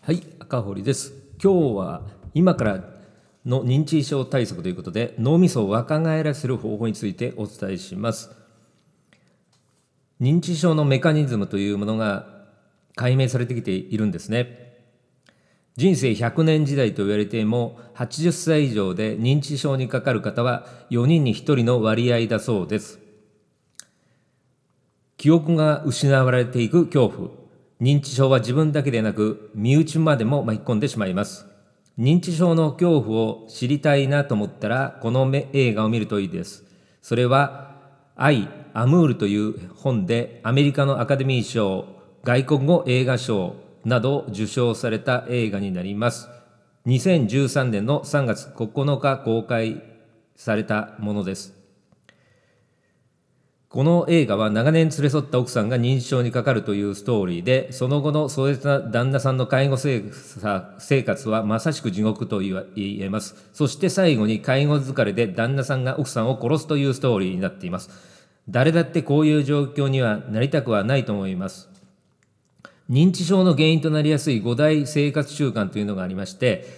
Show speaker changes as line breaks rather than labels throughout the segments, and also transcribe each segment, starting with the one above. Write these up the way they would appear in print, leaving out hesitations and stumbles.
はい、赤堀です。今日は今からの認知症対策ということで、脳みそを若返らせる方法についてお伝えします。認知症のメカニズムというものが解明されてきているんですね。人生100年時代と言われても、80歳以上で認知症にかかる方は4人に1人の割合だそうです。記憶が失われていく恐怖。認知症は自分だけでなく身内までも巻き込んでしまいます。認知症の恐怖を知りたいなと思ったら、この映画を見るといいです。それはアイ・アムールという本でアメリカのアカデミー賞、外国語映画賞などを受賞された映画になります。2013年の3月9日公開されたものです。この映画は長年連れ添った奥さんが認知症にかかるというストーリーで、その後の壮絶な旦那さんの介護生活はまさしく地獄と言えます。そして最後に介護疲れで旦那さんが奥さんを殺すというストーリーになっています。誰だってこういう状況にはなりたくはないと思います。認知症の原因となりやすい5大生活習慣というのがありまして、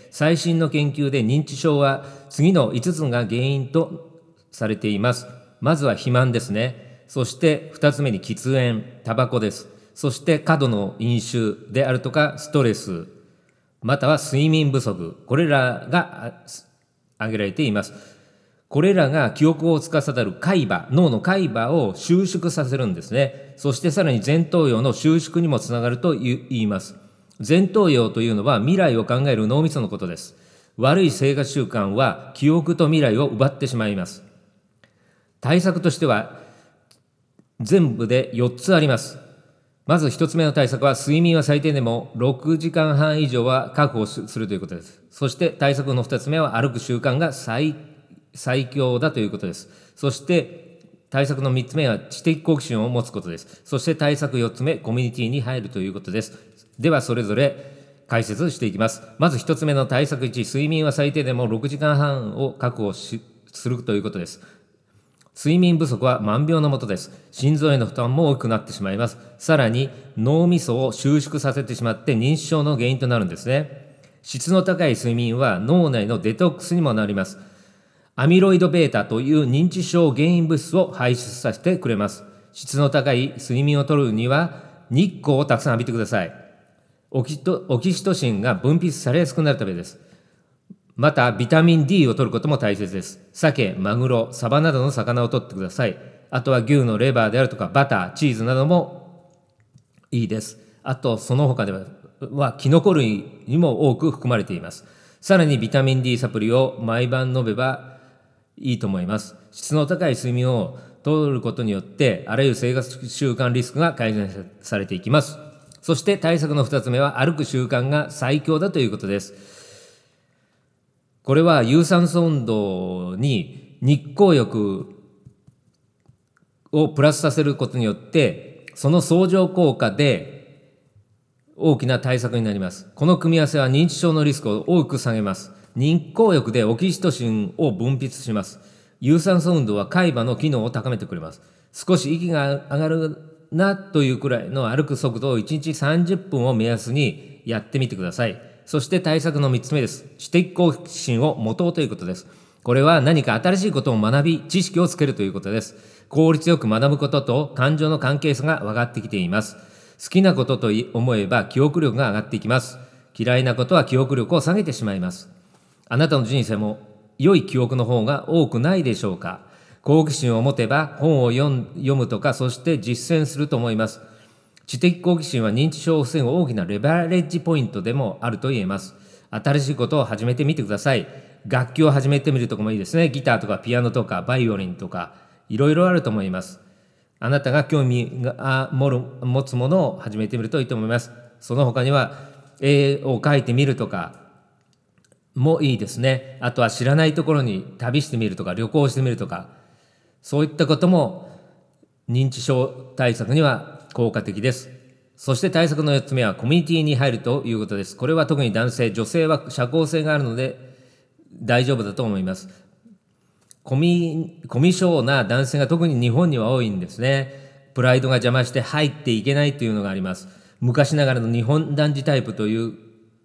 最新の研究で認知症は次の5つが原因とされています。まずは肥満ですね。そして2つ目に喫煙、タバコです。そして過度の飲酒であるとかストレス、または睡眠不足、これらが挙げられています。これらが記憶を司る海馬、脳の海馬を収縮させるんですね。そしてさらに前頭葉の収縮にもつながると言います。前頭葉というのは未来を考える脳みそのことです。悪い生活習慣は記憶と未来を奪ってしまいます。対策としては全部で4つあります。まず1つ目の対策は、睡眠は最低でも6時間半以上は確保するということです。そして対策の2つ目は、歩く習慣が最強だということです。そして対策の3つ目は、知的好奇心を持つことです。そして対策4つ目、コミュニティに入るということです。ではそれぞれ解説していきます。まず1つ目の対策1、睡眠は最低でも6時間半を確保するということです。睡眠不足は万病のもとです。心臓への負担も大きくなってしまいます。さらに脳みそを収縮させてしまって認知症の原因となるんですね。質の高い睡眠は脳内のデトックスにもなります。アミロイド β という認知症原因物質を排出させてくれます。質の高い睡眠をとるには日光をたくさん浴びてください。オキシトシンが分泌されやすくなるためです。またビタミン D を摂ることも大切です。鮭、マグロ、サバなどの魚を摂ってください。あとは牛のレバーであるとかバター、チーズなどもいいです。あとその他ではキノコ類にも多く含まれています。さらにビタミン D サプリを毎晩飲めばいいと思います。質の高い睡眠をとることによってあらゆる生活習慣リスクが改善されていきます。そして対策の2つ目は、歩く習慣が最強だということです。これは有酸素運動に日光浴をプラスさせることによって、その相乗効果で大きな対策になります。この組み合わせは認知症のリスクを大きく下げます。日光浴でオキシトシンを分泌します。有酸素運動は海馬の機能を高めてくれます。少し息が上がるなというくらいの歩く速度を1日30分を目安にやってみてください。そして対策の3つ目です。知的好奇心を持とうということです。これは何か新しいことを学び、知識をつけるということです。効率よく学ぶことと感情の関係性が分かってきています。好きなことと思えば記憶力が上がっていきます。嫌いなことは記憶力を下げてしまいます。あなたの人生も良い記憶の方が多くないでしょうか。好奇心を持てば本を読むとか、そして実践すると思います。知的好奇心は認知症を防ぐ大きなレバレッジポイントでもあると言えます。新しいことを始めてみてください。楽器を始めてみるとかもいいですね。ギターとかピアノとかバイオリンとかいろいろあると思います。あなたが興味が持つものを始めてみるといいと思います。その他には絵を描いてみるとかもいいですね。あとは知らないところに旅してみるとか旅行してみるとか、そういったことも認知症対策には効果的です。そして対策の4つ目はコミュニティに入るということです。これは特に男性、女性は社交性があるので大丈夫だと思います。コミュ障な男性が特に日本には多いんですね。プライドが邪魔して入っていけないというのがあります。昔ながらの日本男児タイプという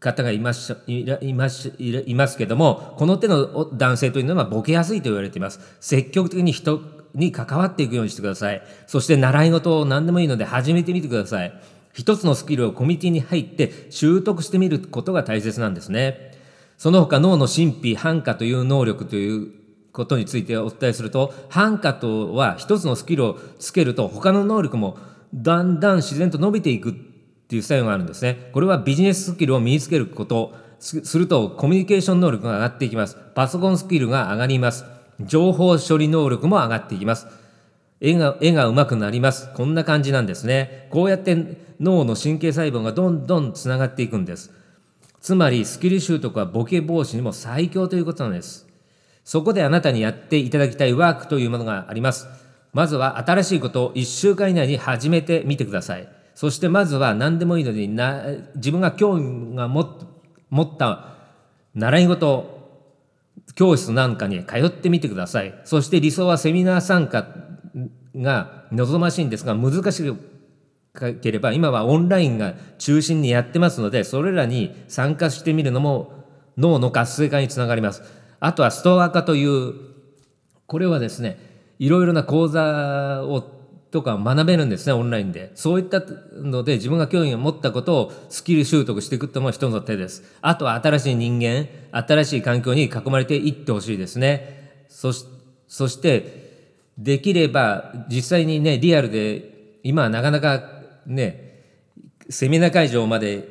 方がいますけども、この手の男性というのはボケやすいと言われています。積極的に人に関わっていくようにしてください。そして習い事を何でもいいので始めてみてください。一つのスキルをコミュニティに入って習得してみることが大切なんですね。その他、脳の神秘反化という能力ということについてお伝えすると、反化とは一つのスキルをつけると他の能力もだんだん自然と伸びていくっていう作用があるんですね。これはビジネススキルを身につけることするとコミュニケーション能力が上がっていきます。パソコンスキルが上がります。情報処理能力も上がっていきます。絵が上手くなります。こんな感じなんですね。こうやって脳の神経細胞がどんどんつながっていくんです。つまりスキル習得はボケ防止にも最強ということなんです。そこであなたにやっていただきたいワークというものがあります。まずは新しいことを1週間以内に始めてみてください。そしてまずは何でもいいので自分が興味が持った習い事教室なんかに通ってみてください。そして理想はセミナー参加が望ましいんですが、難しければ今はオンラインが中心にやってますので、それらに参加してみるのも脳の活性化につながります。あとはストア化という、これはですね、いろいろな講座とか学べるんですね、オンラインで。そういったので自分が興味を持ったことをスキル習得していくというのも一つの手です。あとは新しい人間、新しい環境に囲まれていってほしいですね。そしてできれば実際にね、リアルで今はなかなかね、セミナー会場まで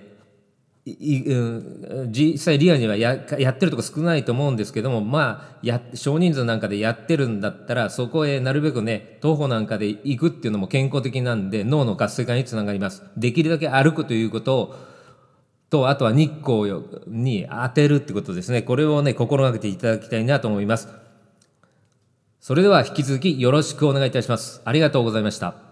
実際リアルにはやってるとこ少ないと思うんですけども、少人数なんかでやってるんだったら、そこへなるべくね、徒歩なんかで行くっていうのも健康的なんで、脳の活性化につながります。できるだけ歩くということと、あとは日光に当てるってことですね。これをね、心がけていただきたいなと思います。それでは引き続きよろしくお願いいたします。ありがとうございました。